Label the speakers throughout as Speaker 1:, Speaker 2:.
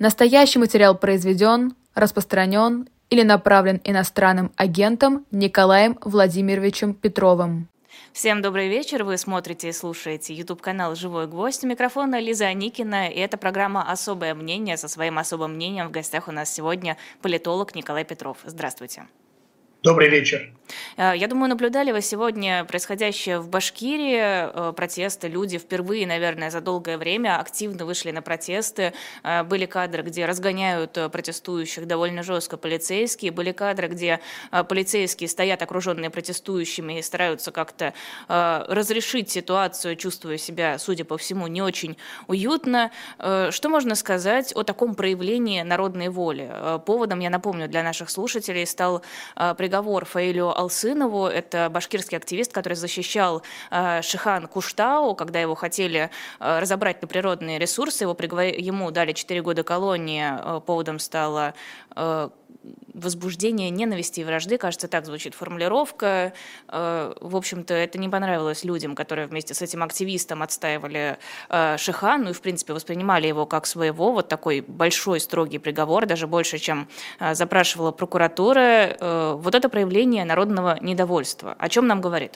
Speaker 1: Настоящий материал произведен, распространен или направлен иностранным агентом Николаем Владимировичем Петровым.
Speaker 2: Всем добрый вечер. Вы смотрите и слушаете YouTube-канал «Живой гвоздь». У микрофона Лиза Аникина, и это программа «Особое мнение». Со своим особым мнением в гостях у нас сегодня политолог Николай Петров. Здравствуйте.
Speaker 3: Добрый вечер.
Speaker 2: Я думаю, наблюдали вы сегодня происходящее в Башкирии, протесты. Люди впервые, наверное, за долгое время активно вышли на протесты. Были кадры, где разгоняют протестующих довольно жестко полицейские. Были кадры, где полицейские стоят окруженные протестующими и стараются как-то разрешить ситуацию, чувствуя себя, судя по всему, не очень уютно. Что можно сказать о таком проявлении народной воли? Поводом, я напомню, для наших слушателей стал приговор Фаилю Алсынову. Это башкирский активист, который защищал Шихан Куштау, когда его хотели разобрать на природные ресурсы. Ему дали 4 года колонии. Поводом стало возбуждение ненависти и вражды, кажется, так звучит формулировка. В общем-то, это не понравилось людям, которые вместе с этим активистом отстаивали Шихан, ну и, в принципе, воспринимали его как своего. Вот такой большой, строгий приговор, даже больше, чем запрашивала прокуратура. Вот это проявление народного недовольства. О чем нам говорит?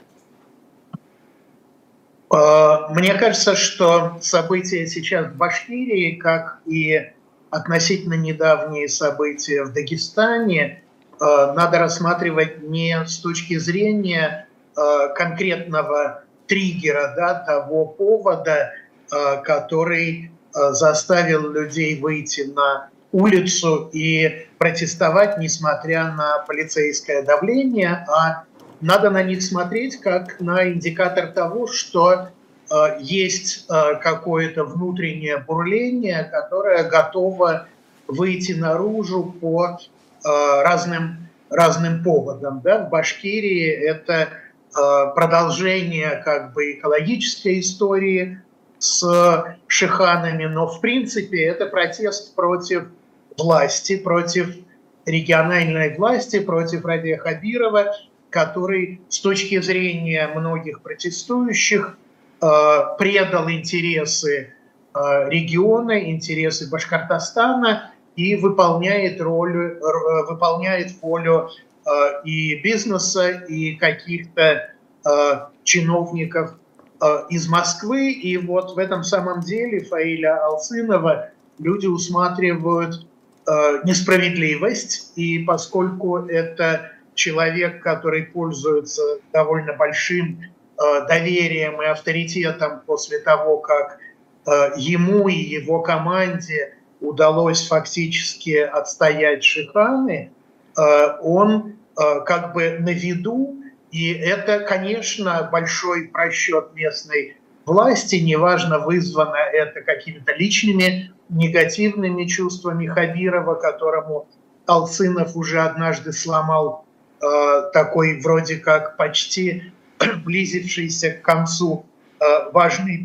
Speaker 3: Мне кажется, что события сейчас в Башкирии, как и относительно недавние события в Дагестане, надо рассматривать не с точки зрения конкретного триггера, да, того повода, который заставил людей выйти на улицу и протестовать, несмотря на полицейское давление, а надо на них смотреть как на индикатор того, что есть какое-то внутреннее бурление, которое готово выйти наружу по разным поводам. Да? В Башкирии это продолжение как бы экологической истории с шиханами, но в принципе это протест против власти, против региональной власти, против Радия Хабирова, который с точки зрения многих протестующих предал интересы региона, интересы Башкортостана и выполняет волю и бизнеса, и каких-то чиновников из Москвы. И вот в этом самом деле Фаиля Алсынова люди усматривают несправедливость, и поскольку это человек, который пользуется довольно большим доверием и авторитетом после того, как ему и его команде удалось фактически отстоять Шиханы, он как бы на виду, и это, конечно, большой просчет местной власти, неважно, вызвано это какими-то личными негативными чувствами Хабирова, которому Алсынов уже однажды сломал такой вроде как почти близившийся к концу важный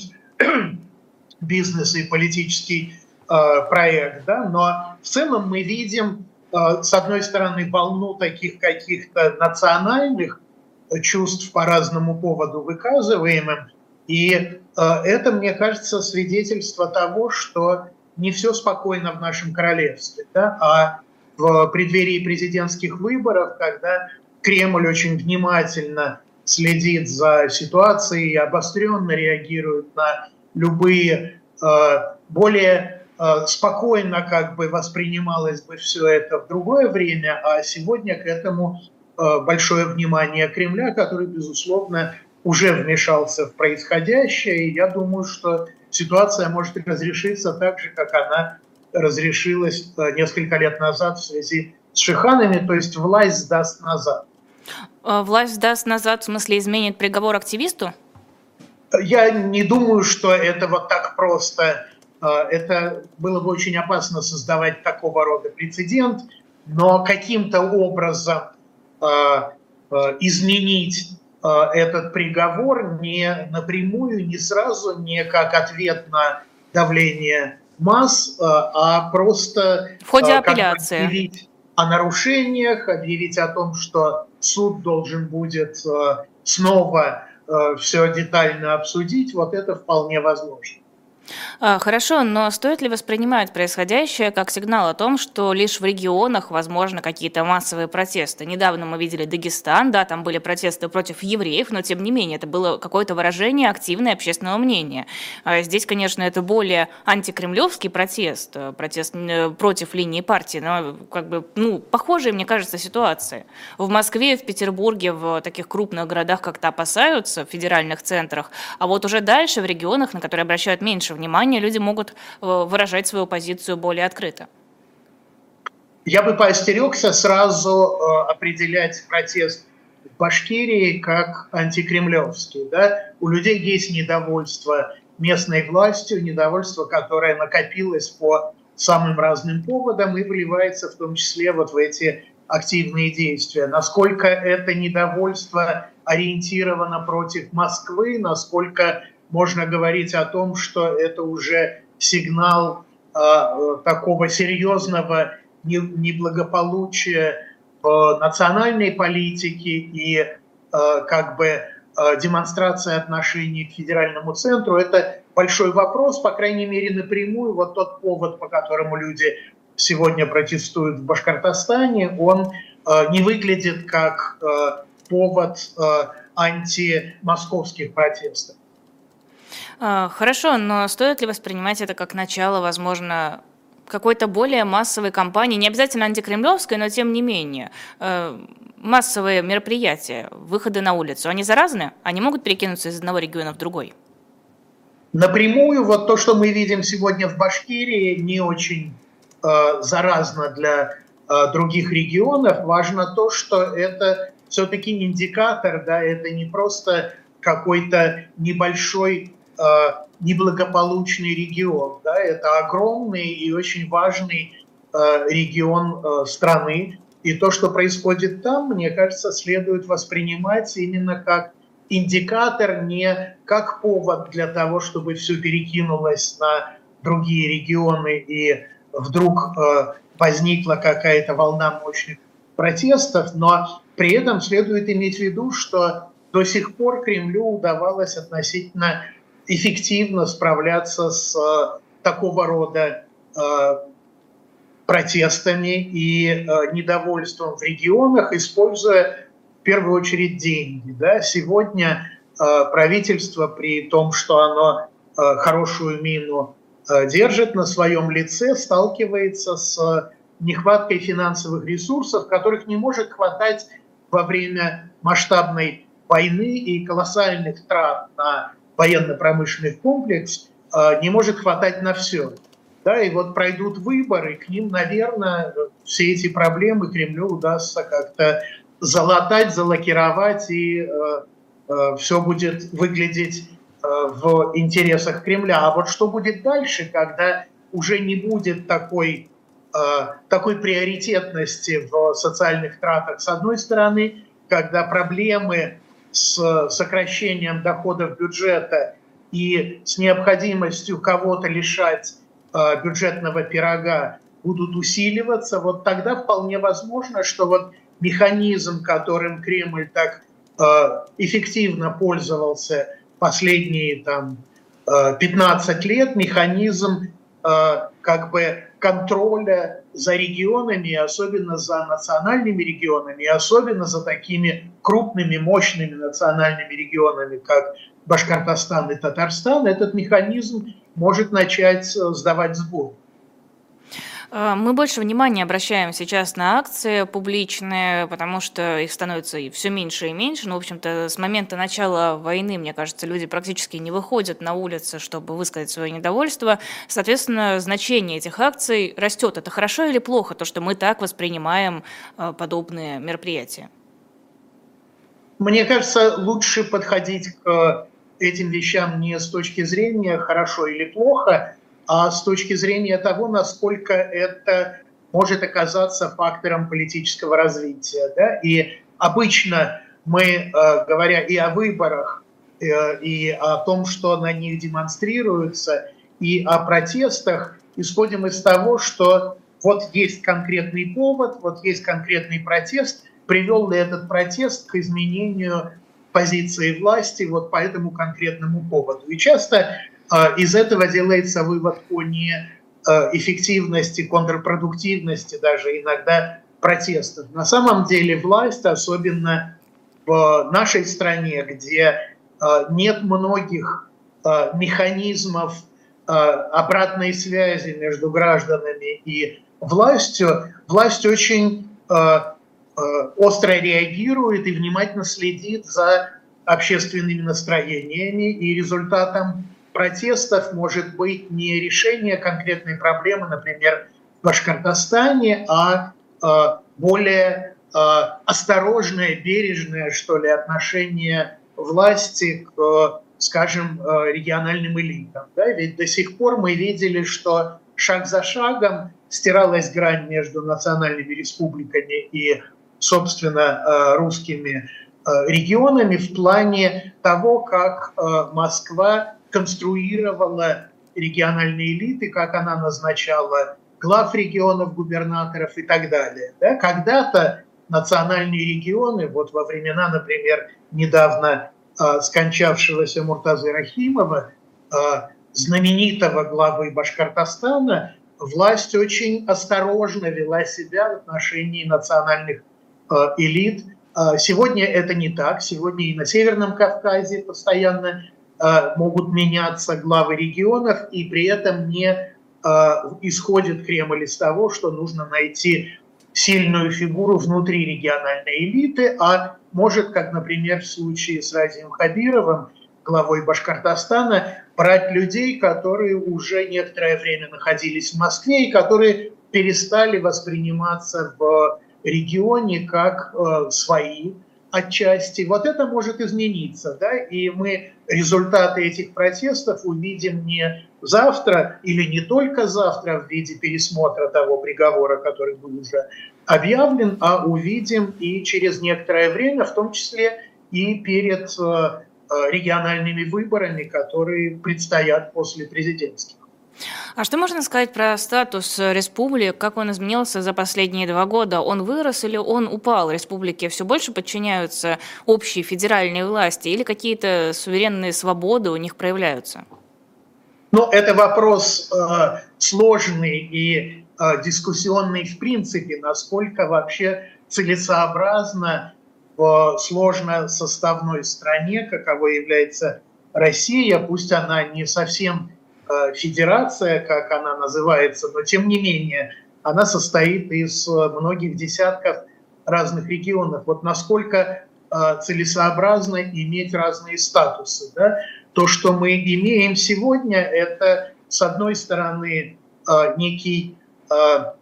Speaker 3: бизнес и политический проект. Да? Но в целом мы видим, с одной стороны, волну таких каких-то национальных чувств по разному поводу выказываемым, и это, мне кажется, свидетельство того, что не все спокойно в нашем королевстве, да? А в преддверии президентских выборов, когда Кремль очень внимательно следит за ситуацией и обостренно реагирует на любые более спокойно как бы воспринималось бы все это в другое время, а сегодня к этому большое внимание Кремля, который, безусловно, уже вмешался в происходящее, и я думаю, что ситуация может разрешиться так же, как она разрешилась несколько лет назад в связи с Шиханами, то есть власть сдаст назад.
Speaker 2: Власть сдаст назад, в смысле изменит приговор активисту?
Speaker 3: Я не думаю, что это вот так просто. Это было бы очень опасно создавать такого рода прецедент, но каким-то образом изменить этот приговор не напрямую, не сразу, не как ответ на давление масс, а просто
Speaker 2: в ходе апелляции
Speaker 3: объявить о нарушениях, объявить о том, что суд должен будет снова все детально обсудить, вот это вполне возможно.
Speaker 2: Хорошо, но стоит ли воспринимать происходящее как сигнал о том, что лишь в регионах возможны какие-то массовые протесты? Недавно мы видели Дагестан, да, там были протесты против евреев, но тем не менее это было какое-то выражение активное общественного мнения. Здесь, конечно, это более антикремлевский протест, протест против линии партии, но как бы, похожие, мне кажется, ситуации. В Москве, в Петербурге, в таких крупных городах как-то опасаются, в федеральных центрах, а вот уже дальше в регионах, на которые обращают меньше внимания, люди могут выражать свою позицию более открыто.
Speaker 3: Я бы поостерегся сразу определять протест в Башкирии как антикремлевский. Да? У людей есть недовольство местной властью, недовольство, которое накопилось по самым разным поводам и выливается в том числе вот в эти активные действия. Насколько это недовольство ориентировано против Москвы, насколько можно говорить о том, что это уже сигнал такого серьезного неблагополучия в национальной политике и демонстрация отношений к федеральному центру. Это большой вопрос, по крайней мере, напрямую. Вот тот повод, по которому люди сегодня протестуют в Башкортостане, он не выглядит как повод антимосковских протестов.
Speaker 2: Хорошо, но стоит ли воспринимать это как начало, возможно, какой-то более массовой кампании, не обязательно антикремлевской, но тем не менее, массовые мероприятия, выходы на улицу, они заразны? Они могут перекинуться из одного региона в другой?
Speaker 3: Напрямую вот то, что мы видим сегодня в Башкирии, не очень заразно для других регионов. Важно то, что это все-таки индикатор, да, это не просто какой-то небольшой неблагополучный регион, да, это огромный и очень важный регион страны. И то, что происходит там, мне кажется, следует воспринимать именно как индикатор, не как повод для того, чтобы все перекинулось на другие регионы и вдруг возникла какая-то волна мощных протестов, но при этом следует иметь в виду, что до сих пор Кремлю удавалось относительно эффективно справляться с такого рода протестами и недовольством в регионах, используя в первую очередь деньги. Да? Сегодня правительство, при том, что оно хорошую мину держит на своем лице, сталкивается с нехваткой финансовых ресурсов, которых не может хватать во время масштабной войны и колоссальных трат на военно-промышленный комплекс, не может хватать на все. Да, и вот пройдут выборы, к ним, наверное, все эти проблемы Кремлю удастся как-то залатать, залакировать, и все будет выглядеть в интересах Кремля. А вот что будет дальше, когда уже не будет такой приоритетности в социальных тратах, с одной стороны, когда проблемы с сокращением доходов бюджета и с необходимостью кого-то лишать бюджетного пирога будут усиливаться, вот тогда вполне возможно, что вот механизм, которым Кремль так эффективно пользовался последние 15 лет, механизм контроля за регионами, особенно за национальными регионами, и особенно за такими крупными, мощными национальными регионами, как Башкортостан и Татарстан, этот механизм может начать сдавать сбор.
Speaker 2: Мы больше внимания обращаем сейчас на акции публичные, потому что их становится все меньше и меньше. Ну, в общем-то, с момента начала войны, мне кажется, люди практически не выходят на улицы, чтобы высказать свое недовольство. Соответственно, значение этих акций растет. Это хорошо или плохо, то, что мы так воспринимаем подобные мероприятия?
Speaker 3: Мне кажется, лучше подходить к этим вещам не с точки зрения хорошо или плохо, а с точки зрения того, насколько это может оказаться фактором политического развития. Да? И обычно мы, говоря и о выборах, и о том, что на них демонстрируется, и о протестах, исходим из того, что вот есть конкретный повод, вот есть конкретный протест, привел ли этот протест к изменению позиции власти вот по этому конкретному поводу. И часто из этого делается вывод о неэффективности, контрпродуктивности даже иногда протестов. На самом деле власть, особенно в нашей стране, где нет многих механизмов обратной связи между гражданами и властью, власть очень остро реагирует и внимательно следит за общественными настроениями, и результатом протестов может быть не решение конкретной проблемы, например, в Башкортостане, а более осторожное, бережное, что ли, отношение власти к, скажем, региональным элитам. Да? Ведь до сих пор мы видели, что шаг за шагом стиралась грань между национальными республиками и, собственно, русскими регионами в плане того, как Москва конструировала региональные элиты, как она назначала глав регионов, губернаторов и так далее. Да? Когда-то национальные регионы, вот во времена, например, недавно скончавшегося Муртазы Рахимова, знаменитого главы Башкортостана, власть очень осторожно вела себя в отношении национальных элит. Сегодня это не так. Сегодня и на Северном Кавказе постоянно могут меняться главы регионов, и при этом не исходит Кремль из того, что нужно найти сильную фигуру внутри региональной элиты, а может, как, например, в случае с Разием Хабировым, главой Башкортостана, брать людей, которые уже некоторое время находились в Москве и которые перестали восприниматься в регионе как свои отчасти. Вот это может измениться, да, и мы результаты этих протестов увидим не завтра или не только завтра в виде пересмотра того приговора, который был уже объявлен, а увидим и через некоторое время, в том числе и перед региональными выборами, которые предстоят после президентских.
Speaker 2: А что можно сказать про статус республик? Как он изменился за последние 2 года? Он вырос или он упал? Республики все больше подчиняются общей федеральной власти или какие-то суверенные свободы у них проявляются?
Speaker 3: Ну, это вопрос сложный и дискуссионный в принципе, насколько вообще целесообразно в сложно составной стране, каковой является Россия, пусть она не совсем федерация, как она называется, но тем не менее она состоит из многих десятков разных регионов. Вот насколько целесообразно иметь разные статусы. Да? То, что мы имеем сегодня, это, с одной стороны, некая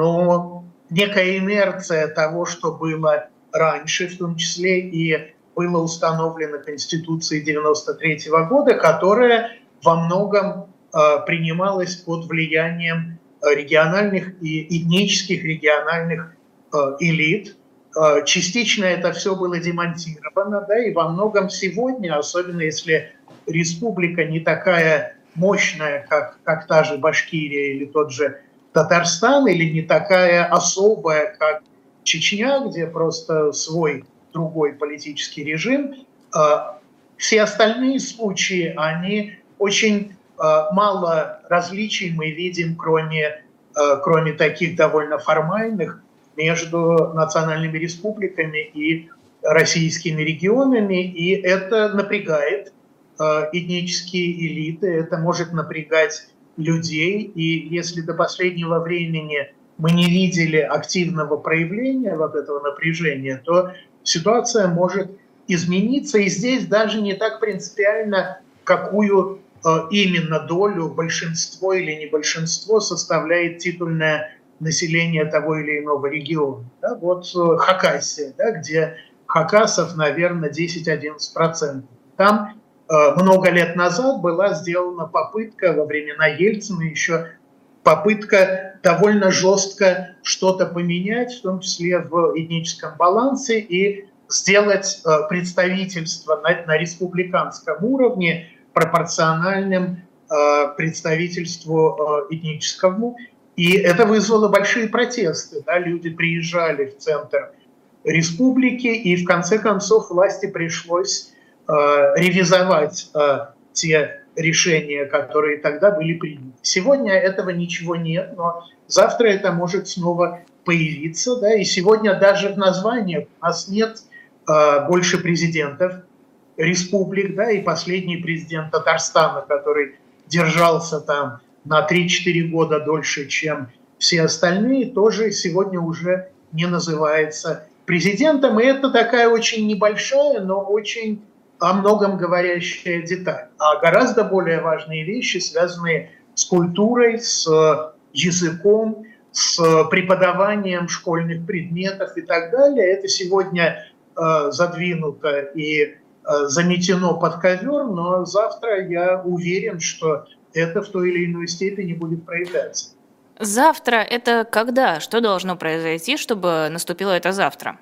Speaker 3: инерция того, что было раньше, в том числе и было установлено Конституцией 1993 года, которая во многом принималась под влиянием региональных и этнических региональных элит. Частично это все было демонтировано, да, и во многом сегодня, особенно если республика не такая мощная, как та же Башкирия или тот же Татарстан, или не такая особая, как Чечня, где просто свой другой политический режим, все остальные случаи, они очень мало различий мы видим, кроме таких довольно формальных, между национальными республиками и российскими регионами, и это напрягает этнические элиты, это может напрягать людей, и если до последнего времени мы не видели активного проявления вот этого напряжения, то ситуация может измениться, и здесь даже не так принципиально, какую именно долю, большинство или не большинство составляет титульное население того или иного региона. Да, вот Хакасия, да, где хакасов, наверное, 10-11%. Там много лет назад была сделана попытка, во времена Ельцина еще, попытка довольно жестко что-то поменять, в том числе в этническом балансе, и сделать представительство на республиканском уровне пропорциональным представительству этническому. И это вызвало большие протесты. Да? Люди приезжали в центр республики, и в конце концов власти пришлось ревизовать те решения, которые тогда были приняты. Сегодня этого ничего нет, но завтра это может снова появиться. Да, и сегодня даже в названиях у нас нет больше президентов республик, да, и последний президент Татарстана, который держался там на 3-4 года дольше, чем все остальные, тоже сегодня уже не называется президентом. И это такая очень небольшая, но очень о многом говорящая деталь. А гораздо более важные вещи, связанные с культурой, с языком, с преподаванием школьных предметов и так далее, это сегодня задвинуто и заметено под ковер, но завтра я уверен, что это в той или иной степени будет проявляться.
Speaker 2: Завтра — это когда? Что должно произойти, чтобы наступило это завтра?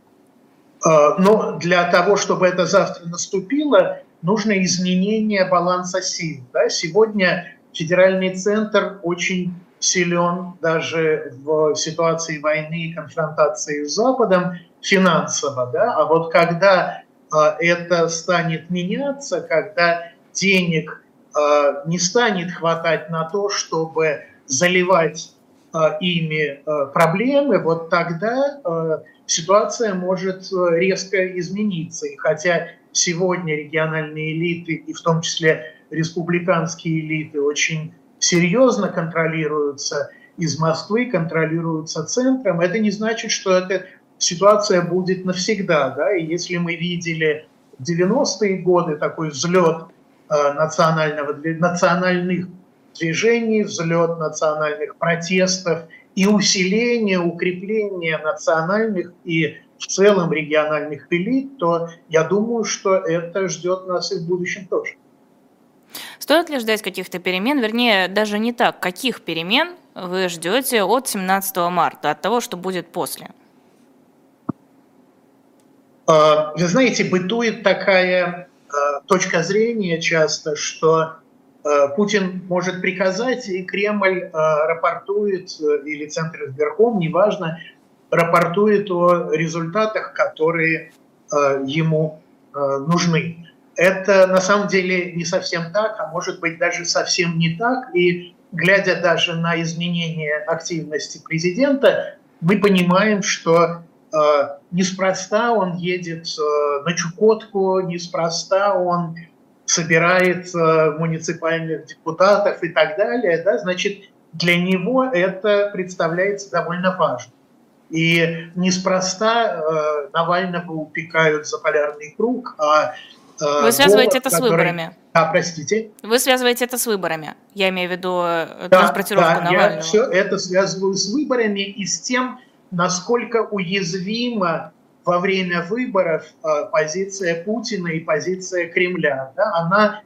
Speaker 3: Но для того, чтобы это завтра наступило, нужно изменение баланса сил. Да? Сегодня федеральный центр очень силен даже в ситуации войны и конфронтации с Западом финансово. Да? А вот когда это станет меняться, когда денег не станет хватать на то, чтобы заливать ими проблемы, вот тогда ситуация может резко измениться. И хотя сегодня региональные элиты, и в том числе республиканские элиты, очень серьезно контролируются из Москвы, контролируются центром, это не значит, что эта ситуация будет навсегда. Да? И если мы видели в 90-е годы такой взлет национальных движений, взлет национальных протестов и усиление, укрепление национальных и в целом региональных элит, то я думаю, что это ждет нас и в будущем тоже.
Speaker 2: Стоит ли ждать каких-то перемен? Вернее, даже не так. Каких перемен вы ждете от 17 марта, от того, что будет после?
Speaker 3: Вы знаете, бытует такая точка зрения часто, что Путин может приказать, и Кремль рапортует, или Центр избирком, неважно, рапортует о результатах, которые ему нужны. Это на самом деле не совсем так, а может быть даже совсем не так. И глядя даже на изменение активности президента, мы понимаем, что неспроста он едет на Чукотку, неспроста он собирает муниципальных депутатов и так далее. Да? Значит, для него это представляется довольно важным. И неспроста Навального упекают за полярный круг, а
Speaker 2: вы связываете это с выборами?
Speaker 3: Простите?
Speaker 2: Вы связываете это с выборами? Я имею в виду транспортировку Навального.
Speaker 3: Я все это связываю с выборами и с тем, насколько уязвима во время выборов позиция Путина и позиция Кремля. Да? Она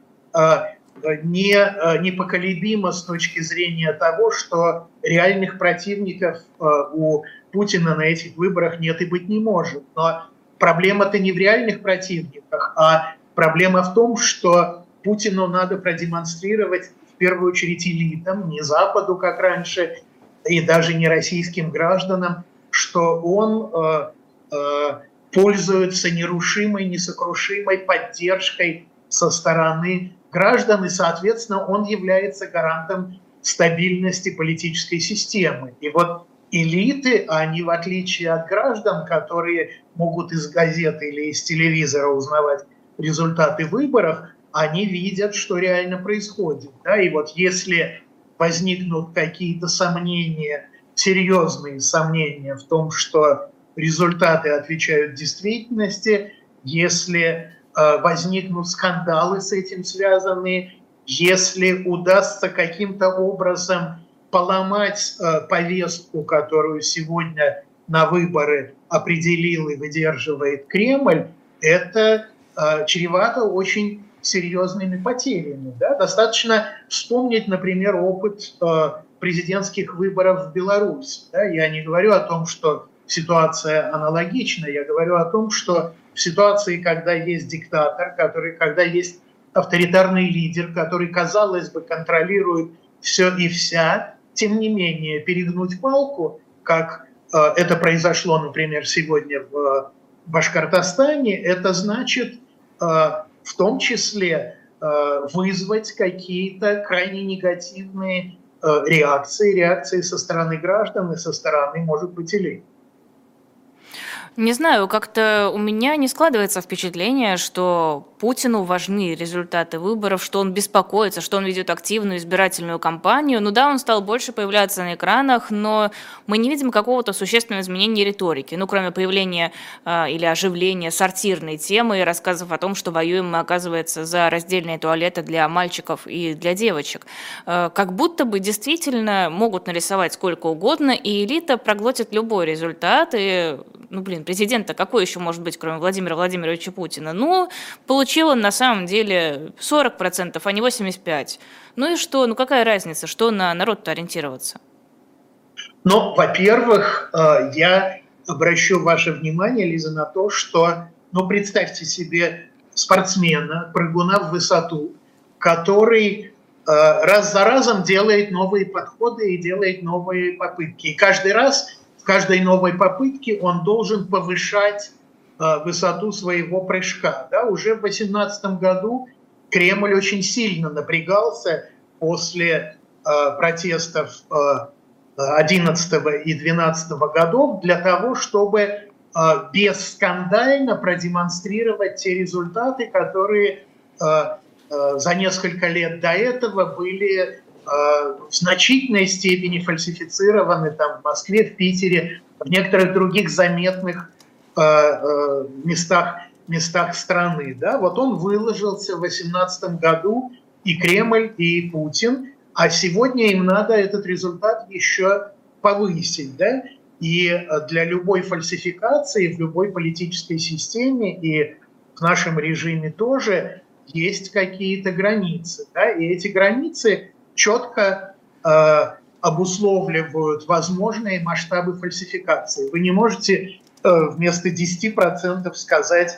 Speaker 3: непоколебима с точки зрения того, что реальных противников у Путина на этих выборах нет и быть не может. Но проблема-то не в реальных противниках, а проблема в том, что Путину надо продемонстрировать в первую очередь элитам, не Западу, как раньше, и даже не российским гражданам, что он пользуется нерушимой, несокрушимой поддержкой со стороны граждан, и, соответственно, он является гарантом стабильности политической системы. И вот элиты, они, в отличие от граждан, которые могут из газеты или из телевизора узнавать результаты выборов, они видят, что реально происходит. Да? И вот если возникнут какие-то сомнения, серьезные сомнения в том, что результаты отвечают действительности, если возникнут скандалы с этим связанные, если удастся каким-то образом поломать повестку, которую сегодня на выборы определил и выдерживает Кремль, это чревато очень серьезными потерями. Да? Достаточно вспомнить, например, опыт президентских выборов в Беларуси. Да? Я не говорю о том, что ситуация аналогична, я говорю о том, что в ситуации, когда есть диктатор, когда есть авторитарный лидер, который, казалось бы, контролирует все и вся, тем не менее перегнуть палку, как это произошло, например, сегодня в Башкортостане, это значит в том числе вызвать какие-то крайне негативные реакции со стороны граждан и со стороны, может быть, элит.
Speaker 2: Не знаю, как-то у меня не складывается впечатление, что Путину важны результаты выборов, что он беспокоится, что он ведет активную избирательную кампанию. Ну да, он стал больше появляться на экранах, но мы не видим какого-то существенного изменения риторики. Ну, кроме появления или оживления сортирной темы и рассказов о том, что воюем мы, оказывается, за раздельные туалеты для мальчиков и для девочек. Как будто бы действительно могут нарисовать сколько угодно, и элита проглотит любой результат, и президент-то какой еще может быть, кроме Владимира Владимировича Путина? Ну, получил он на самом деле 40%, а не 85%. Ну и что? Ну какая разница? Что на народ-то ориентироваться?
Speaker 3: Ну, во-первых, я обращу ваше внимание, Лиза, на то, что, представьте себе спортсмена, прыгуна в высоту, который раз за разом делает новые подходы и делает новые попытки. И каждый раз в каждой новой попытке он должен повышать высоту своего прыжка. Да? Уже в 2018 году Кремль очень сильно напрягался после протестов 2011 и 2012 годов для того, чтобы бесскандально продемонстрировать те результаты, которые за несколько лет до этого были в значительной степени фальсифицированы там, в Москве, в Питере, в некоторых других заметных местах страны. Да? Вот он выложился в 2018 году, и Кремль, и Путин, а сегодня им надо этот результат еще повысить. Да? И для любой фальсификации в любой политической системе и в нашем режиме тоже есть какие-то границы. Да? И эти границы четко обусловливают возможные масштабы фальсификации. Вы не можете вместо 10% сказать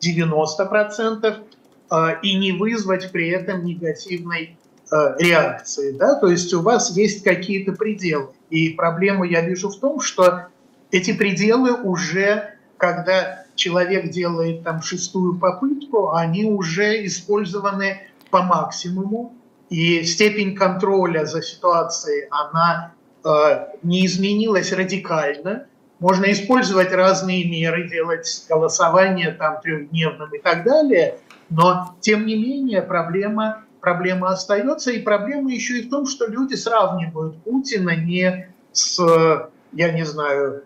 Speaker 3: 90% и не вызвать при этом негативной реакции. Да? То есть у вас есть какие-то пределы. И проблему я вижу в том, что эти пределы уже, когда человек делает там 6-ю попытку, они уже использованы по максимуму. И степень контроля за ситуацией, она не изменилась радикально. Можно использовать разные меры, делать голосование там трехдневным и так далее, но тем не менее проблема остается. И проблема еще и в том, что люди сравнивают Путина не с, я не знаю,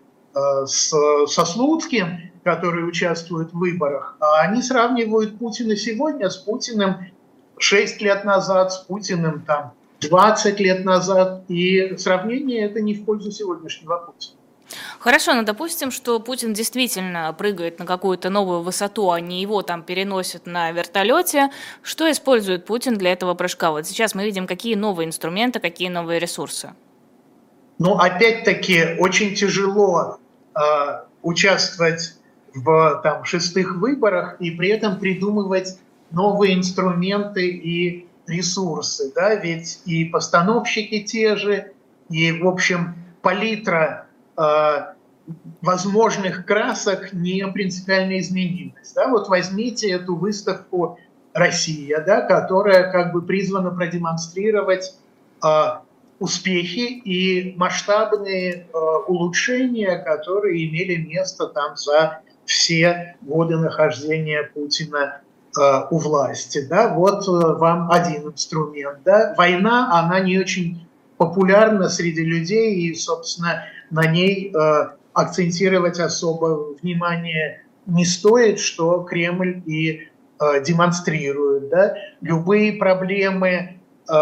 Speaker 3: со Слуцким, который участвует в выборах, а они сравнивают Путина сегодня с Путиным 6 лет назад, с Путиным там 20 лет назад, и сравнение это не в пользу сегодняшнего Путина.
Speaker 2: Хорошо, но допустим, что Путин действительно прыгает на какую-то новую высоту, а не его там переносят на вертолете. Что использует Путин для этого прыжка? Вот сейчас мы видим, какие новые инструменты, какие новые ресурсы.
Speaker 3: Ну, опять-таки, очень тяжело участвовать в там 6-х выборах и при этом придумывать новые инструменты и ресурсы, да, ведь и постановщики те же, и, в общем, палитра возможных красок не принципиально изменилась. Да? Вот возьмите эту выставку «Россия», да, которая как бы призвана продемонстрировать успехи и масштабные улучшения, которые имели место там за все годы нахождения Путина у власти. Да? Вот вам один инструмент. Да? Война, она не очень популярна среди людей, и, собственно, на ней акцентировать особо внимание не стоит, что Кремль и демонстрирует. Да? Любые проблемы,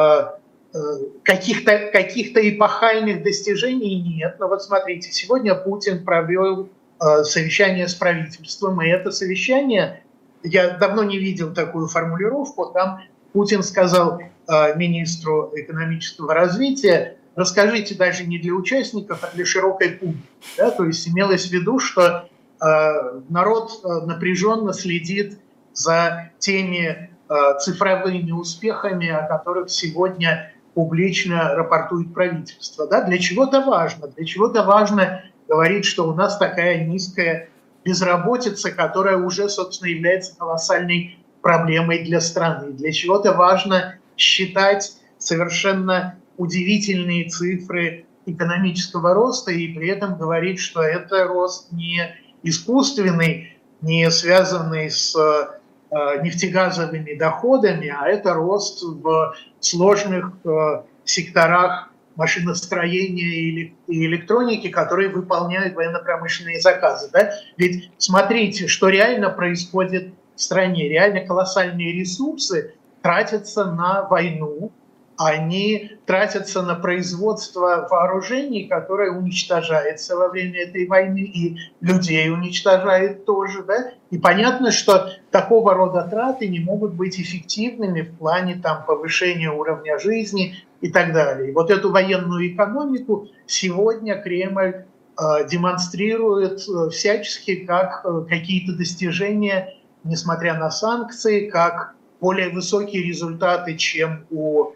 Speaker 3: каких-то эпохальных достижений нет. Но вот смотрите, сегодня Путин провел совещание с правительством, и это совещание, я давно не видел такую формулировку, там Путин сказал министру экономического развития: расскажите даже не для участников, а для широкой публики. Да? То есть имелось в виду, что народ напряженно следит за теми цифровыми успехами, о которых сегодня публично рапортует правительство. Да? Для чего-то важно говорить, что у нас такая низкая безработица, которая уже, собственно, является колоссальной проблемой для страны. Для чего-то важно считать совершенно удивительные цифры экономического роста и при этом говорить, что это рост не искусственный, не связанный с нефтегазовыми доходами, а это рост в сложных секторах машиностроения и электроники, которые выполняют военно-промышленные заказы. Да? Ведь смотрите, что реально происходит в стране. Реально колоссальные ресурсы тратятся на войну, они тратятся на производство вооружений, которое уничтожается во время этой войны, и людей уничтожает тоже. Да? И понятно, что такого рода траты не могут быть эффективными в плане повышения уровня жизни и так далее. И вот эту военную экономику сегодня Кремль демонстрирует всячески как какие-то достижения, несмотря на санкции, как более высокие результаты, чем у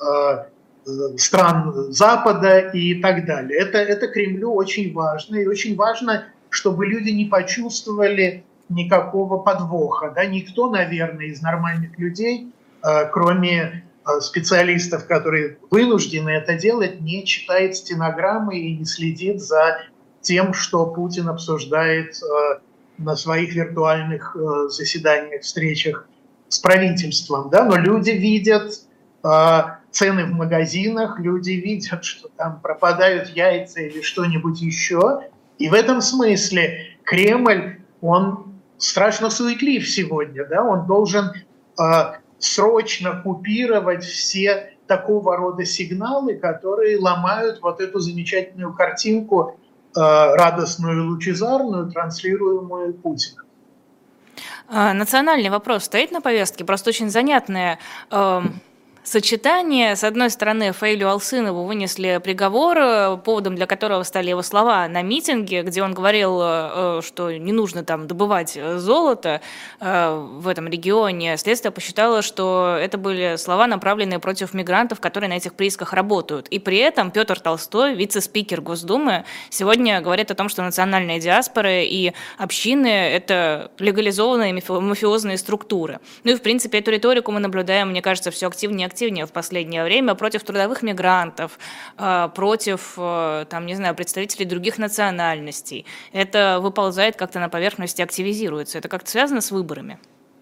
Speaker 3: стран Запада и так далее. Это Кремлю очень важно. И очень важно, чтобы люди не почувствовали никакого подвоха. Да? Никто, наверное, из нормальных людей, кроме специалистов, которые вынуждены это делать, не читает стенограммы и не следит за тем, что Путин обсуждает на своих виртуальных заседаниях, встречах с правительством. Да? Но люди видят цены в магазинах, люди видят, что там пропадают яйца или что-нибудь еще. И в этом смысле Кремль, он страшно суетлив сегодня. Да? Он должен срочно купировать все такого рода сигналы, которые ломают вот эту замечательную картинку, радостную и лучезарную, транслируемую Путиным.
Speaker 2: Национальный вопрос стоит на повестке, просто очень занятное сочетание. С одной стороны, Фаилю Алсынову вынесли приговор, поводом для которого стали его слова на митинге, где он говорил, что не нужно там добывать золото в этом регионе. Следствие посчитало, что это были слова, направленные против мигрантов, которые на этих приисках работают. И при этом Петр Толстой, вице-спикер Госдумы, сегодня говорит о том, что национальные диаспоры и общины – это легализованные мафиозные структуры. Ну и, в принципе, эту риторику мы наблюдаем, мне кажется, все активнее в последнее время против трудовых мигрантов, против, представителей других национальностей. Это выползает как-то на поверхность и активизируется. Это как-то связано с выборами?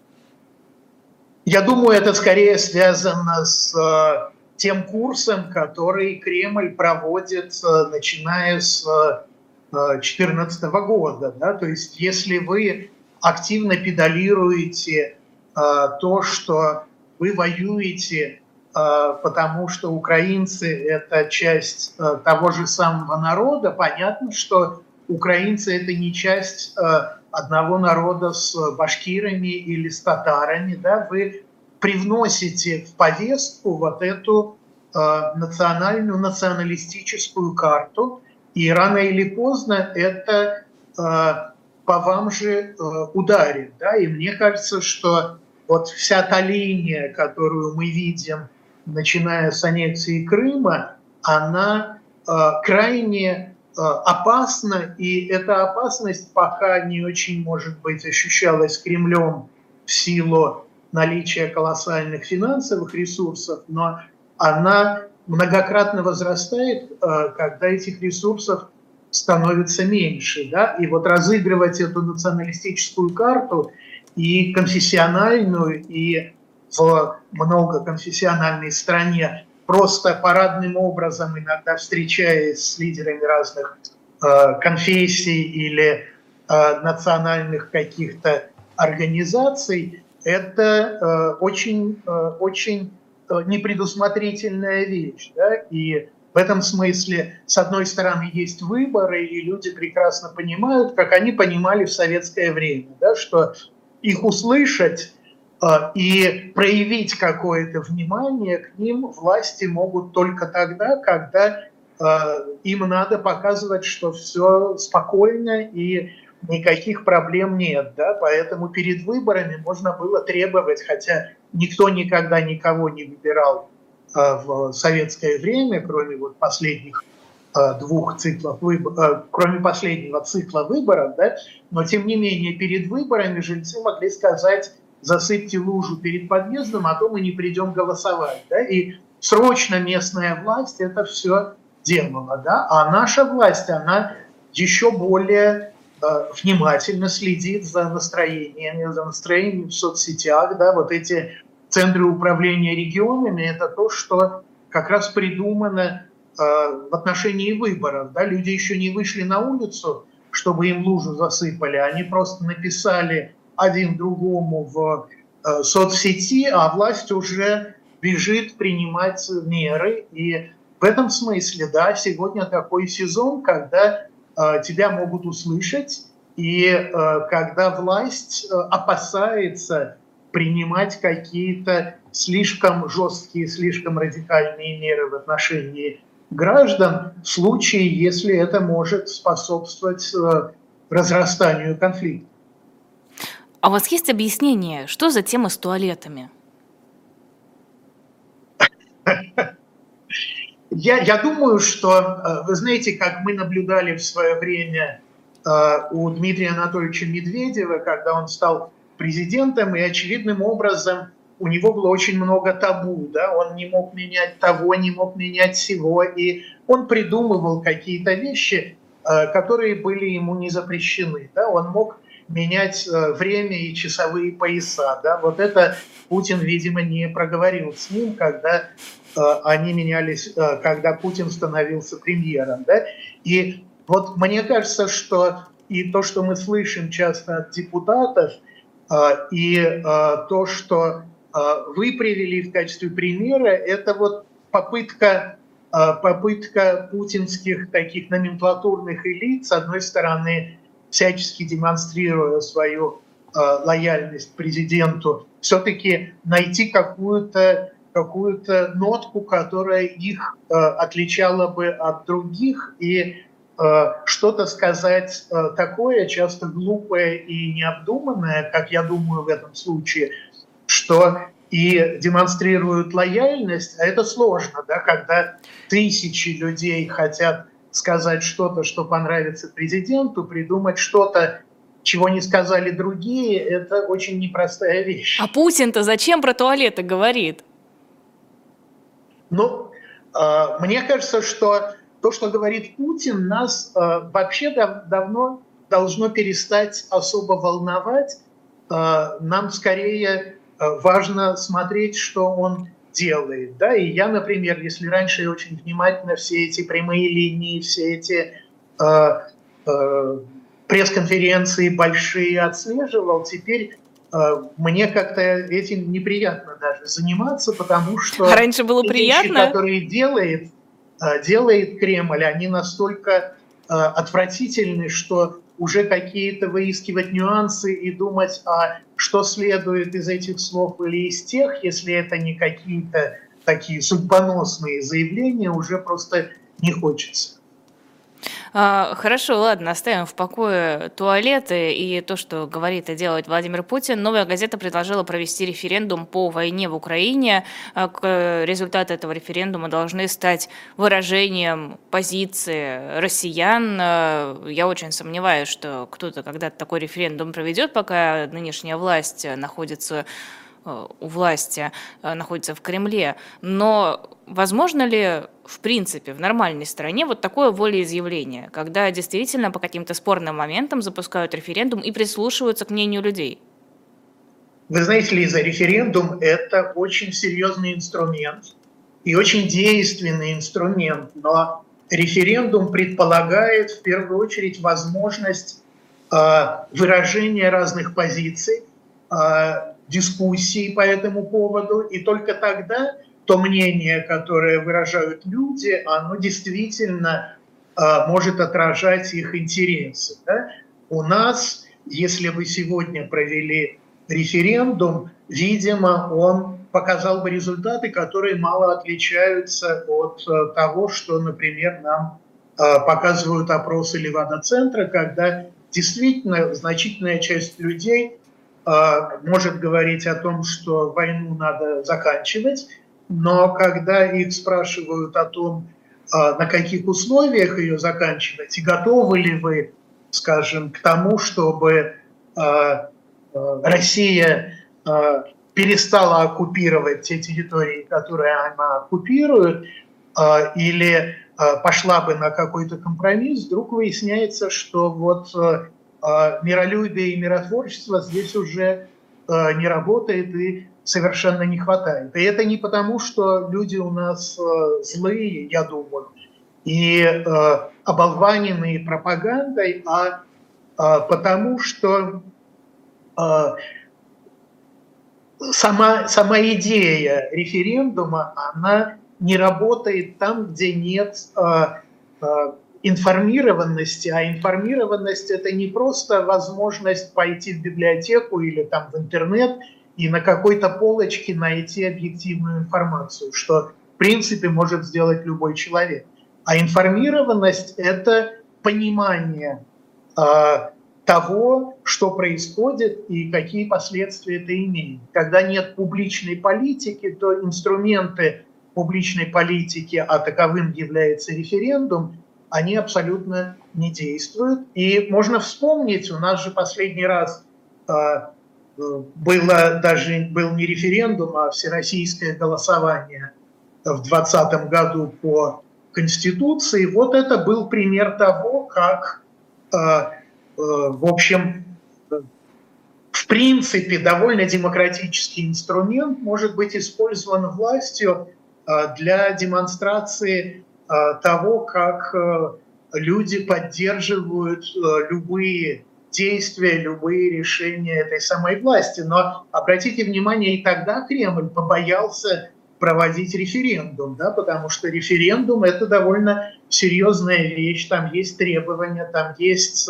Speaker 3: Я думаю, это скорее связано с тем курсом, который Кремль проводит, начиная с 2014 года. Да? То есть если вы активно педалируете то, что вы воюете, потому что украинцы – это часть того же самого народа, понятно, что украинцы – это не часть одного народа с башкирами или с татарами. Да? Вы привносите в повестку вот эту националистическую карту, и рано или поздно это по вам же ударит. Да? И мне кажется, что вот вся та линия, которую мы видим, начиная с аннексии Крыма, она крайне опасна, и эта опасность пока не очень, может быть, ощущалась Кремлем в силу наличия колоссальных финансовых ресурсов, но она многократно возрастает, когда этих ресурсов становится меньше. Да? И вот разыгрывать эту националистическую карту и конфессиональную, и в многоконфессиональной стране, просто парадным образом, иногда встречаясь с лидерами разных конфессий или национальных каких-то организаций, это очень непредусмотрительная вещь. Да? И в этом смысле, с одной стороны, есть выборы, и люди прекрасно понимают, как они понимали в советское время, да, что их услышать и проявить какое-то внимание к ним власти могут только тогда, когда им надо показывать, что все спокойно и никаких проблем нет. Да? Поэтому перед выборами можно было требовать, хотя никто никогда никого не выбирал в советское время, кроме вот последних двух циклов выборов, кроме последнего цикла выборов, да? Но тем не менее перед выборами жильцы могли сказать засыпьте лужу перед подъездом, а то мы не придем голосовать. Да? И срочно местная власть это все делала. Да? А наша власть, она еще более внимательно следит за настроением в соцсетях. Да? Вот эти центры управления регионами – это то, что как раз придумано в отношении выборов. Да? Люди еще не вышли на улицу, чтобы им лужу засыпали, они просто написали один другому в соцсети, а власть уже бежит принимать меры. И в этом смысле, да, сегодня такой сезон, когда тебя могут услышать, и когда власть опасается принимать какие-то слишком жесткие, слишком радикальные меры в отношении граждан в случае, если это может способствовать разрастанию конфликта.
Speaker 2: А у вас есть объяснение, что за тема с туалетами?
Speaker 3: Я думаю, что, вы знаете, как мы наблюдали в свое время у Дмитрия Анатольевича Медведева, когда он стал президентом, и очевидным образом у него было очень много табу, да? Он не мог менять того, не мог менять сего, и он придумывал какие-то вещи, которые были ему не запрещены. Да? Он мог менять время и часовые пояса. Да? Вот это Путин, видимо, не проговорил с ним, когда они менялись, когда Путин становился премьером. Да? И вот мне кажется, что и то, что мы слышим часто от депутатов, и то, что вы привели в качестве примера, это вот попытка путинских таких номенклатурных элит, с одной стороны, всячески демонстрируя свою лояльность президенту, все-таки найти какую-то нотку, которая их отличала бы от других, и что-то сказать такое, часто глупое и необдуманное, как я думаю в этом случае, что и демонстрируют лояльность, а это сложно, да, когда тысячи людей хотят сказать что-то, что понравится президенту, придумать что-то, чего не сказали другие, это очень непростая вещь.
Speaker 2: А Путин-то зачем про туалеты говорит?
Speaker 3: Ну, мне кажется, что то, что говорит Путин, нас вообще давно должно перестать особо волновать. Нам скорее важно смотреть, что он делает. Да? И я, например, если раньше я очень внимательно все эти прямые линии, все эти пресс-конференции большие отслеживал, теперь мне как-то этим неприятно даже заниматься, потому что
Speaker 2: раньше было приятно,
Speaker 3: вещи, которые делает Кремль, они настолько отвратительны, что уже какие-то выискивать нюансы и думать, а что следует из этих слов или из тех, если это не какие-то такие судьбоносные заявления, уже просто не хочется.
Speaker 2: Хорошо, ладно, оставим в покое туалеты и то, что говорит и делает Владимир Путин. «Новая газета» предложила провести референдум по войне в Украине. Результаты этого референдума должны стать выражением позиции россиян. Я очень сомневаюсь, что кто-то когда-то такой референдум проведет, пока нынешняя власть находится у власти, находится в Кремле. Но возможно ли, в принципе, в нормальной стране вот такое волеизъявление, когда действительно по каким-то спорным моментам запускают референдум и прислушиваются к мнению людей?
Speaker 3: Вы знаете, Лиза, референдум – это очень серьезный инструмент и очень действенный инструмент, но референдум предполагает в первую очередь возможность выражения разных позиций, дискуссии по этому поводу, и только тогда то мнение, которое выражают люди, оно действительно может отражать их интересы. Да? У нас, если вы сегодня провели референдум, видимо, он показал бы результаты, которые мало отличаются от того, что, например, нам показывают опросы Левада-центра, когда действительно значительная часть людей может говорить о том, что войну надо заканчивать, но когда их спрашивают о том, на каких условиях ее заканчивать, и готовы ли вы, скажем, к тому, чтобы Россия перестала оккупировать те территории, которые она оккупирует, или пошла бы на какой-то компромисс, вдруг выясняется, что вот миролюбие и миротворчество здесь уже не работает и совершенно не хватает. И это не потому, что люди у нас злые, я думаю, и оболваненные пропагандой, а потому что сама идея референдума, она не работает там, где нет информированности, а информированность – это не просто возможность пойти в библиотеку или там в интернет и на какой-то полочке найти объективную информацию, что в принципе может сделать любой человек. А информированность – это понимание того, что происходит и какие последствия это имеет. Когда нет публичной политики, то инструменты публичной политики, а таковым является референдум, они абсолютно не действуют. И можно вспомнить, у нас же последний раз был не референдум, а всероссийское голосование в 2020 году по Конституции. Вот это был пример того, как, в общем, в принципе, довольно демократический инструмент может быть использован властью для демонстрации того, как люди поддерживают любые действия, любые решения этой самой власти. Но обратите внимание, и тогда Кремль побоялся проводить референдум, да, потому что референдум – это довольно серьезная вещь, там есть требования, там есть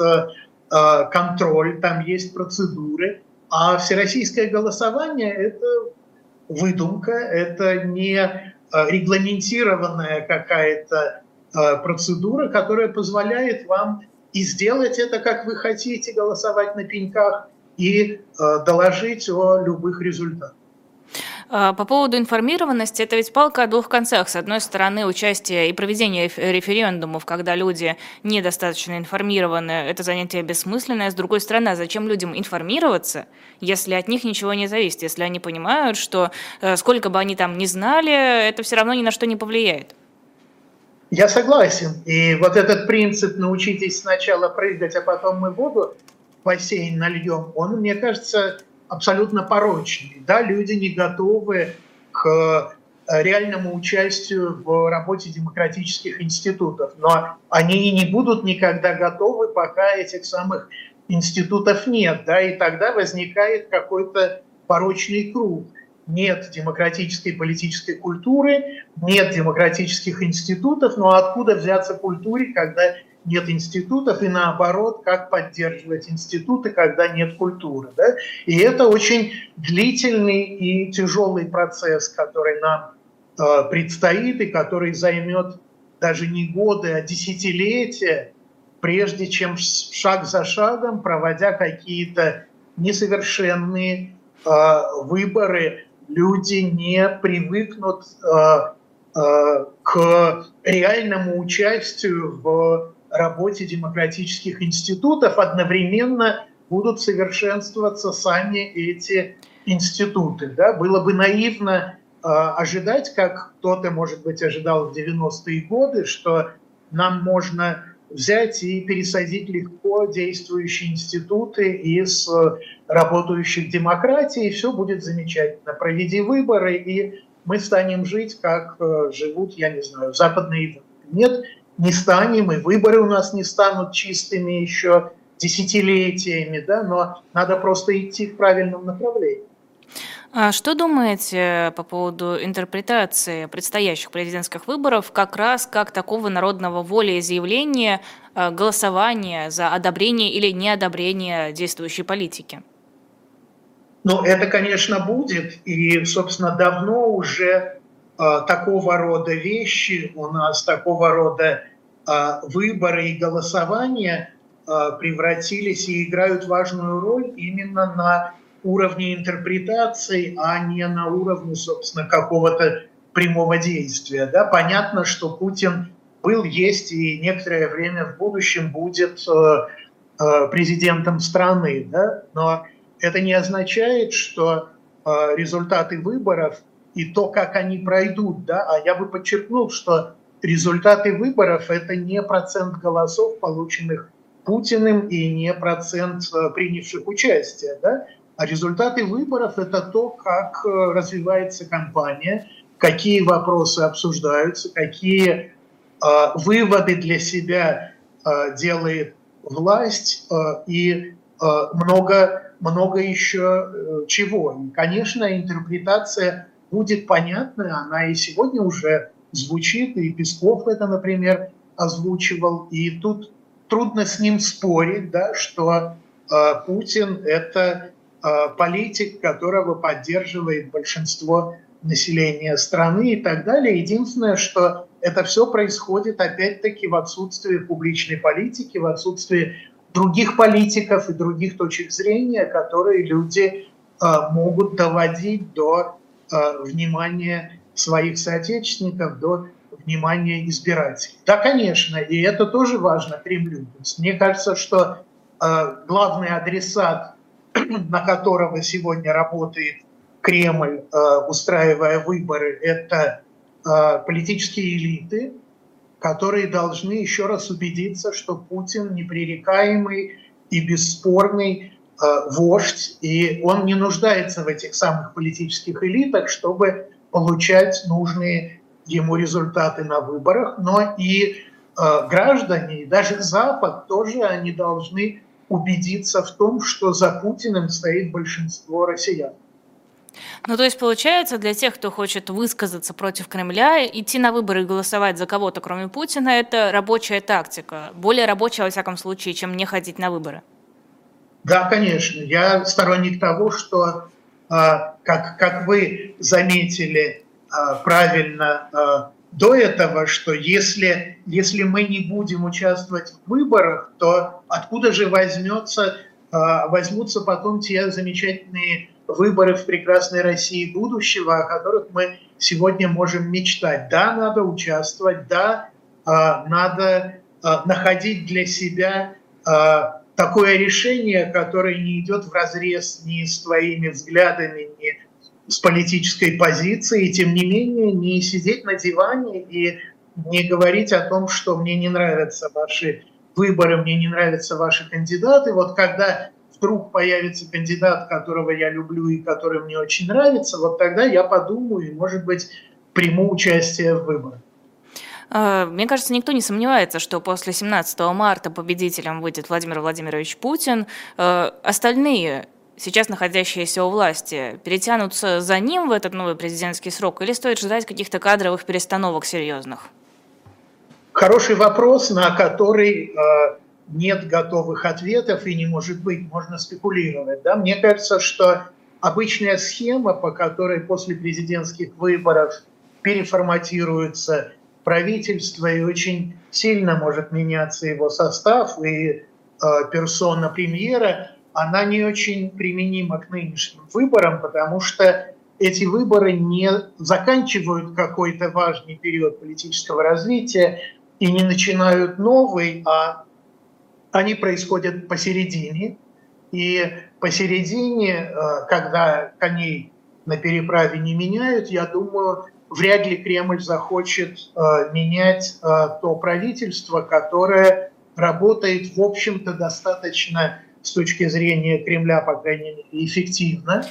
Speaker 3: контроль, там есть процедуры, а всероссийское голосование – это выдумка, это не регламентированная какая-то процедура, которая позволяет вам и сделать это, как вы хотите, голосовать на пеньках, и доложить о любых результатах.
Speaker 2: По поводу информированности, это ведь палка о двух концах. С одной стороны, участие и проведение референдумов, когда люди недостаточно информированы, это занятие бессмысленное. С другой стороны, а зачем людям информироваться, если от них ничего не зависит, если они понимают, что сколько бы они там ни знали, это все равно ни на что не повлияет?
Speaker 3: Я согласен. И вот этот принцип «научитесь сначала прыгать, а потом мы воду в бассейн нальем», он, мне кажется, абсолютно порочный. Да, люди не готовы к реальному участию в работе демократических институтов, но они и не будут никогда готовы, пока этих самых институтов нет. Да, и тогда возникает какой-то порочный круг. Нет демократической политической культуры, нет демократических институтов, но откуда взяться культуре, когда нет институтов, и наоборот, как поддерживать институты, когда нет культуры. Да? И это очень длительный и тяжелый процесс, который нам предстоит, и который займет даже не годы, а десятилетия, прежде чем шаг за шагом, проводя какие-то несовершенные выборы, люди не привыкнут к реальному участию в работе демократических институтов, одновременно будут совершенствоваться сами эти институты. Да? Было бы наивно ожидать, как кто-то, может быть, ожидал в 90-е годы, что нам можно взять и пересадить легко действующие институты из работающих демократий, и все будет замечательно. Проведи выборы, и мы станем жить, как живут, я не знаю, западные Европы. Нет, не станем, и выборы у нас не станут чистыми еще десятилетиями, да, но надо просто идти в правильном направлении.
Speaker 2: А что думаете по поводу интерпретации предстоящих президентских выборов как раз как такого народного волеизъявления, голосования за одобрение или неодобрение действующей политики?
Speaker 3: Ну, это, конечно, будет, и, собственно, давно уже такого рода вещи у нас, такого рода выборы и голосования превратились и играют важную роль именно на уровне интерпретации, а не на уровне, собственно, какого-то прямого действия. Да? Понятно, что Путин был, есть и некоторое время в будущем будет президентом страны, да? Но это не означает, что результаты выборов и то, как они пройдут, да, а я бы подчеркнул, что результаты выборов – это не процент голосов, полученных Путиным, и не процент принявших участие, да, а результаты выборов – это то, как развивается кампания, какие вопросы обсуждаются, какие выводы для себя делает власть и много еще чего. И, конечно, интерпретация будет понятная, она и сегодня уже звучит, и Песков это, например, озвучивал, и тут трудно с ним спорить, да, что Путин – это политик, которого поддерживает большинство населения страны и так далее. Единственное, что это все происходит опять-таки в отсутствии публичной политики, в отсутствии других политиков и других точек зрения, которые люди могут доводить до внимания своих соотечественников, до внимания избирателей. Да, конечно, и это тоже важно Кремлю. То есть мне кажется, что главный адресат, на которого сегодня работает Кремль, устраивая выборы, это политические элиты, которые должны еще раз убедиться, что Путин непререкаемый и бесспорный вождь, и он не нуждается в этих самых политических элитах, чтобы получать нужные ему результаты на выборах, но и граждане, и даже Запад тоже, они должны убедиться в том, что за Путиным стоит большинство россиян.
Speaker 2: Ну, то есть, получается, для тех, кто хочет высказаться против Кремля, идти на выборы и голосовать за кого-то, кроме Путина, это рабочая тактика. Более рабочая, во всяком случае, чем не ходить на выборы.
Speaker 3: Да, конечно. Я сторонник того, что, как вы заметили правильно до этого, что если мы не будем участвовать в выборах, то откуда же возьмутся потом те замечательные выборы в прекрасной России будущего, о которых мы сегодня можем мечтать. Да, надо участвовать, да, надо находить для себя такое решение, которое не идет вразрез ни с твоими взглядами, ни с политической позицией, тем не менее не сидеть на диване и не говорить о том, что мне не нравятся ваши выборы, мне не нравятся ваши кандидаты. Вот когда вдруг появится кандидат, которого я люблю и который мне очень нравится, вот тогда я подумаю и, может быть, приму участие в выборах.
Speaker 2: Мне кажется, никто не сомневается, что после 17 марта победителем выйдет Владимир Владимирович Путин. Остальные, сейчас находящиеся у власти, перетянутся за ним в этот новый президентский срок или стоит ждать каких-то кадровых перестановок серьезных?
Speaker 3: Хороший вопрос, на который нет готовых ответов и не может быть, можно спекулировать. Да? Мне кажется, что обычная схема, по которой после президентских выборов переформатируется правительство и очень сильно может меняться его состав и персона премьера, она не очень применима к нынешним выборам, потому что эти выборы не заканчивают какой-то важный период политического развития и не начинают новый, а они происходят посередине. И посередине, когда коней на переправе не меняют, я думаю, вряд ли Кремль захочет менять то правительство, которое работает, в общем-то, достаточно с точки зрения Кремля, по крайней мере, эффективно.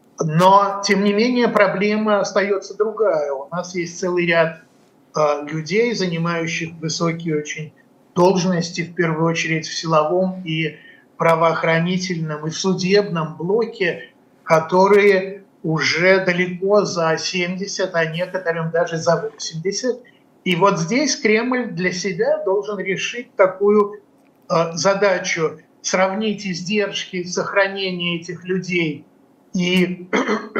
Speaker 3: Но, тем не менее, проблема остается другая. У нас есть целый ряд людей, занимающих высокие очень должности, в первую очередь в силовом и правоохранительном и в судебном блоке, которые уже далеко за 70, а некоторым даже за 80. И вот здесь Кремль для себя должен решить такую задачу: сравнить издержки сохранения этих людей и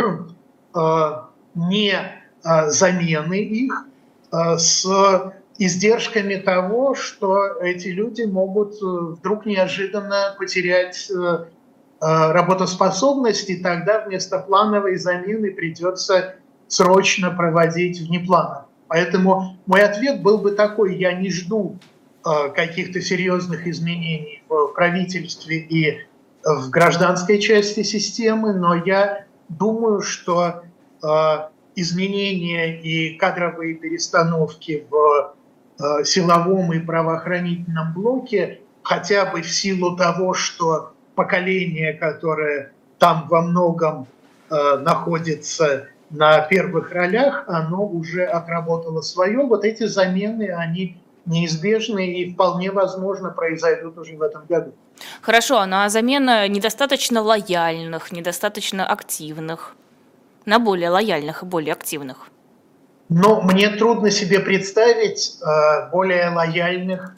Speaker 3: не замены их с издержками того, что эти люди могут вдруг неожиданно потерять работоспособность, и тогда вместо плановой замены придется срочно проводить внепланово. Поэтому мой ответ был бы такой: я не жду каких-то серьезных изменений в правительстве и в гражданской части системы, но я думаю, что изменения и кадровые перестановки в силовом и правоохранительном блоке, хотя бы в силу того, что поколение, которое там во многом находится на первых ролях, оно уже отработало свое. Вот эти замены, они неизбежны и вполне возможно произойдут уже в этом году.
Speaker 2: Хорошо, ну а замена недостаточно лояльных, недостаточно активных на более лояльных и более активных?
Speaker 3: Но мне трудно себе представить более лояльных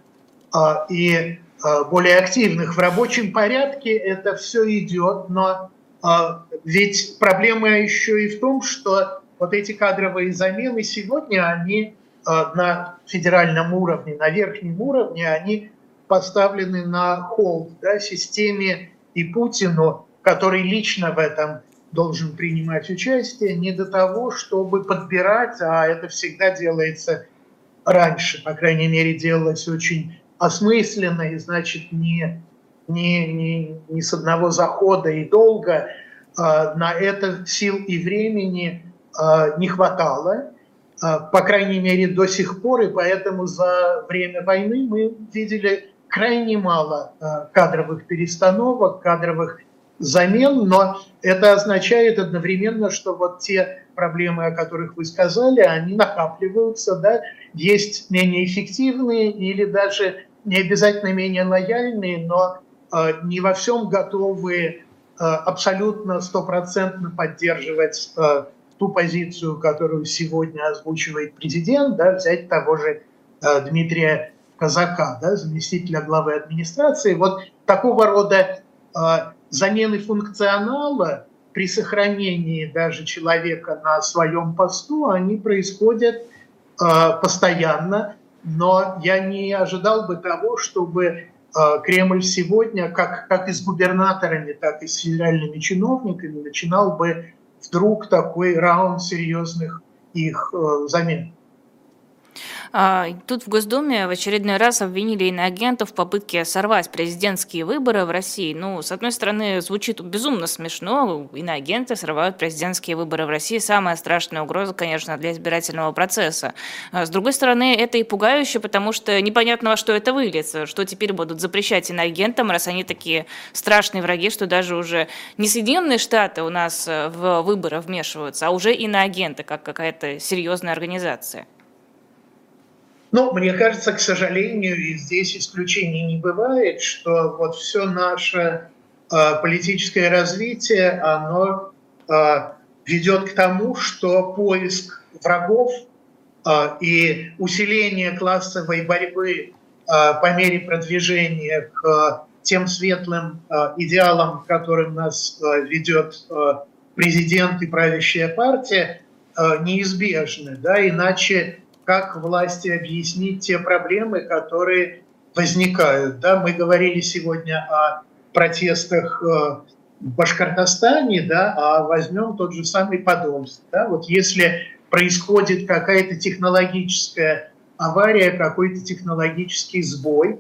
Speaker 3: и более активных. В рабочем порядке это все идет, но ведь проблема еще и в том, что вот эти кадровые замены сегодня, они на федеральном уровне, на верхнем уровне, они поставлены на холд, да, системе и Путину, который лично в этом должен принимать участие, не до того, чтобы подбирать, а это всегда делается раньше, по крайней мере, делалось очень осмысленно и, значит, не с одного захода и долго. На это сил и времени не хватало, по крайней мере, до сих пор, и поэтому за время войны мы видели крайне мало кадровых перестановок, кадровых замен, но это означает одновременно, что вот те проблемы, о которых вы сказали, они накапливаются, да, есть менее эффективные или даже не обязательно менее лояльные, но не во всем готовы абсолютно стопроцентно поддерживать ту позицию, которую сегодня озвучивает президент, да, взять того же Дмитрия Казака, да, заместителя главы администрации. Вот такого рода замены функционала при сохранении даже человека на своем посту, они происходят постоянно, но я не ожидал бы того, чтобы Кремль сегодня, как и с губернаторами, так и с федеральными чиновниками, начинал бы вдруг такой раунд серьезных их замен.
Speaker 2: Тут в Госдуме в очередной раз обвинили иноагентов в попытке сорвать президентские выборы в России. Ну, с одной стороны, звучит безумно смешно. Иноагенты срывают президентские выборы в России. Самая страшная угроза, конечно, для избирательного процесса. С другой стороны, это и пугающе, потому что непонятно, во что это выльется. Что теперь будут запрещать иноагентам, раз они такие страшные враги, что даже уже не Соединенные Штаты у нас в выборы вмешиваются, а уже иноагенты, как какая-то серьезная организация.
Speaker 3: Ну, мне кажется, к сожалению, и здесь исключений не бывает, что вот все наше политическое развитие, оно ведет к тому, что поиск врагов и усиление классовой борьбы по мере продвижения к тем светлым идеалам, к которым нас ведет президент и правящая партия, неизбежны, да, иначе как власти объяснить те проблемы, которые возникают. Да? Мы говорили сегодня о протестах в Башкортостане, да, а возьмем тот же самый Подольск. Да? Вот если происходит какая-то технологическая авария, какой-то технологический сбой,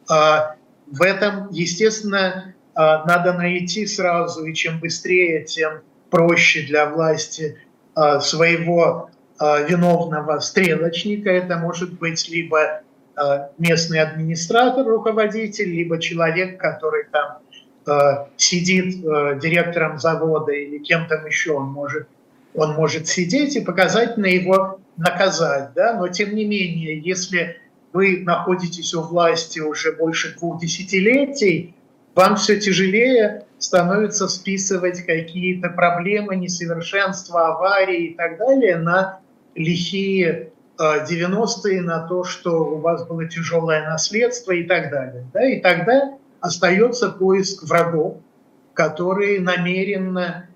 Speaker 3: в этом, естественно, надо найти сразу, и чем быстрее, тем проще для власти своего виновного стрелочника. Это может быть либо местный администратор, руководитель, либо человек, который там сидит директором завода или кем там еще он может сидеть, и показательно его наказать. Да? Но тем не менее, если вы находитесь у власти уже больше 2 десятилетий, вам все тяжелее становится списывать какие-то проблемы, несовершенства, аварии и так далее на лихие 90-е, на то, что у вас было тяжелое наследство и так далее. Да? И тогда остается поиск врагов, которые намеренно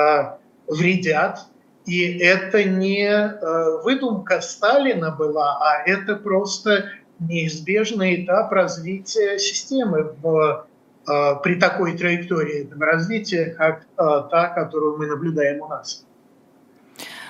Speaker 3: вредят. И это не выдумка Сталина была, а это просто неизбежный этап развития системы при такой траектории этого развития, как та, которую мы наблюдаем у нас.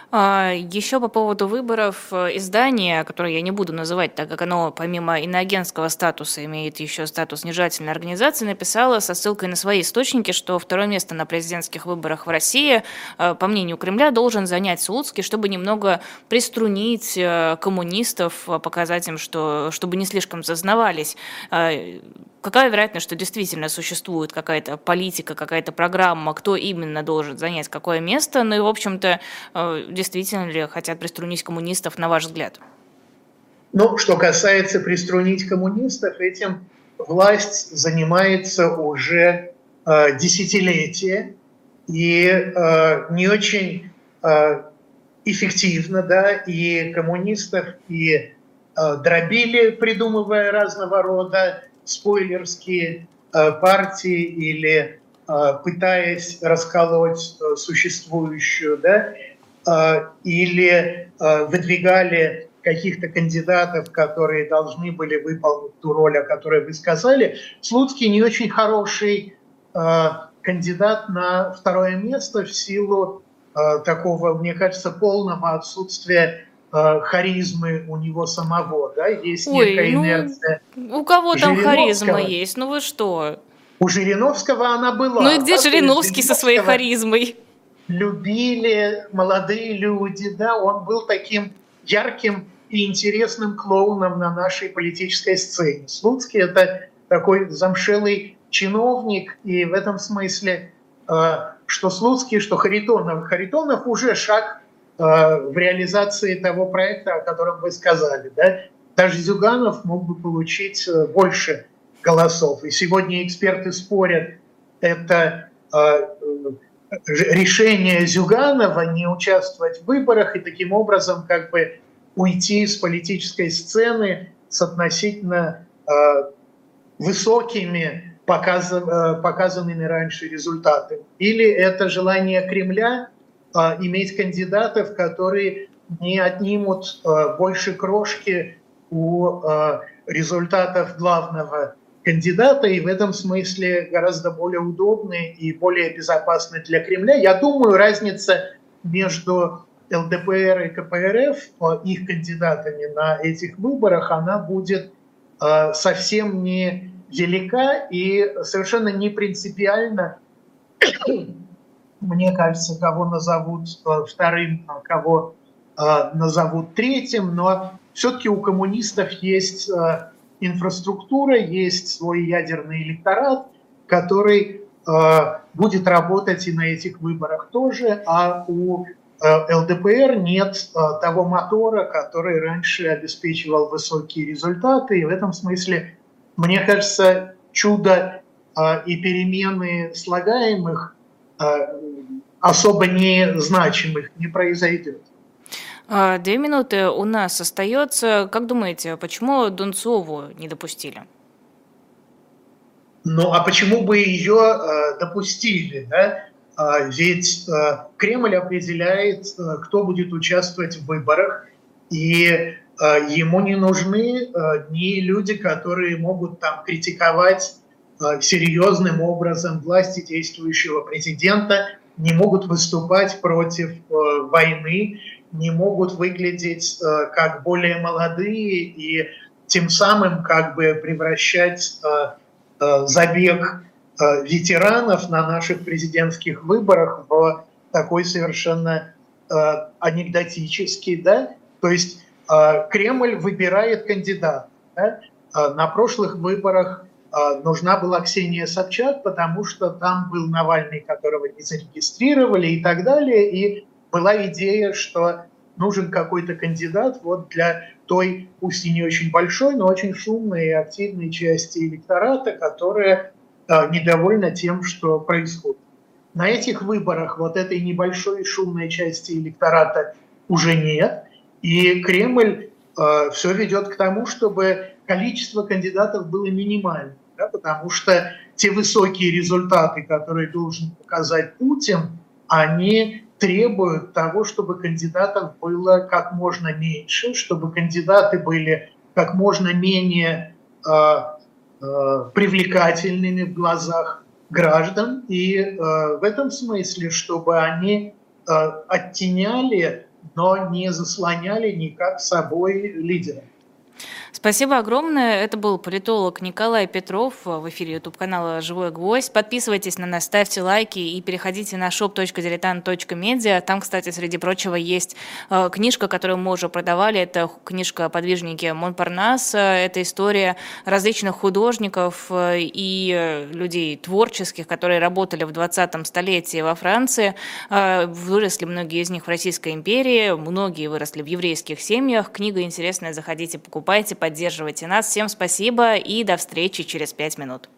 Speaker 2: Еще по поводу выборов издание, которое я не буду называть, так как оно помимо иноагентского статуса имеет еще статус нежелательной организации, написало со ссылкой на свои источники, что второе место на президентских выборах в России, по мнению Кремля, должен занять Слуцкий, чтобы немного приструнить коммунистов, показать им, чтобы не слишком зазнавались. Какая вероятность, что действительно существует какая-то политика, какая-то программа, кто именно должен занять какое место? Ну и, в общем-то, действительно ли хотят приструнить коммунистов, на ваш взгляд?
Speaker 3: Ну, что касается приструнить коммунистов, этим власть занимается уже десятилетия и не очень эффективно, да, и коммунистов и дробили, придумывая разного рода спойлерские партии или пытаясь расколоть существующую, да, или выдвигали каких-то кандидатов, которые должны были выполнить ту роль, о которой вы сказали. Слуцкий не очень хороший кандидат на второе место в силу такого, мне кажется, полного отсутствия харизмы у него самого, да, есть некая инерция.
Speaker 2: У кого там харизма есть? Ну вы что?
Speaker 3: У Жириновского она была.
Speaker 2: Ну и где Жириновский со своей харизмой?
Speaker 3: Любили молодые люди, да, он был таким ярким и интересным клоуном на нашей политической сцене. Слуцкий — это такой замшелый чиновник, и в этом смысле, что Слуцкий, что Харитонов. Харитонов уже шаг в реализации того проекта, о котором вы сказали. Да? Даже Зюганов мог бы получить больше голосов. И сегодня эксперты спорят, это решение Зюганова не участвовать в выборах и таким образом как бы уйти с политической сцены с относительно высокими показанными раньше результатами. Или это желание Кремля иметь кандидатов, которые не отнимут больше крошки у результатов главного кандидата, и в этом смысле гораздо более удобны и более безопасны для Кремля. Я думаю, разница между ЛДПР и КПРФ, их кандидатами на этих выборах, она будет совсем не велика и совершенно не принципиально, мне кажется, кого назовут вторым, кого назовут третьим, но все-таки у коммунистов есть инфраструктура, есть свой ядерный электорат, который будет работать и на этих выборах тоже, а у ЛДПР нет того мотора, который раньше обеспечивал высокие результаты, и в этом смысле, мне кажется, чудо и перемены слагаемых особо незначимых не произойдет.
Speaker 2: 2 минуты у нас остается. Как думаете, почему Дунцову не допустили?
Speaker 3: Ну, а почему бы ее допустили, да? Ведь Кремль определяет, кто будет участвовать в выборах, и ему не нужны ни люди, которые могут там критиковать серьезным образом власти действующего президента, не могут выступать против войны, не могут выглядеть как более молодые и тем самым как бы превращать забег ветеранов на наших президентских выборах в такой совершенно анекдотический, да? То есть Кремль выбирает кандидата. Да? На прошлых выборах нужна была Ксения Собчак, потому что там был Навальный, которого не зарегистрировали и так далее, и была идея, что нужен какой-то кандидат вот для той, пусть и не очень большой, но очень шумной и активной части электората, которая недовольна тем, что происходит. На этих выборах вот этой небольшой шумной части электората уже нет, и Кремль все ведет к тому, чтобы количество кандидатов было минимальным, да, потому что те высокие результаты, которые должен показать Путин, они требуют того, чтобы кандидатов было как можно меньше, чтобы кандидаты были как можно менее привлекательными в глазах граждан, и в этом смысле, чтобы они оттеняли но не заслоняли никак собой лидера.
Speaker 2: Спасибо огромное. Это был политолог Николай Петров в эфире YouTube-канала «Живой гвоздь». Подписывайтесь на нас, ставьте лайки и переходите на shop.diletant.media. Там, кстати, среди прочего, есть книжка, которую мы уже продавали. Это книжка «Подвижники Монпарнаса». Это история различных художников и людей творческих, которые работали в 20-м столетии во Франции. Выросли многие из них в Российской империи, многие выросли в еврейских семьях. Книга интересная, заходите, покупайте, поддерживайте нас. Всем спасибо и до встречи через 5 минут.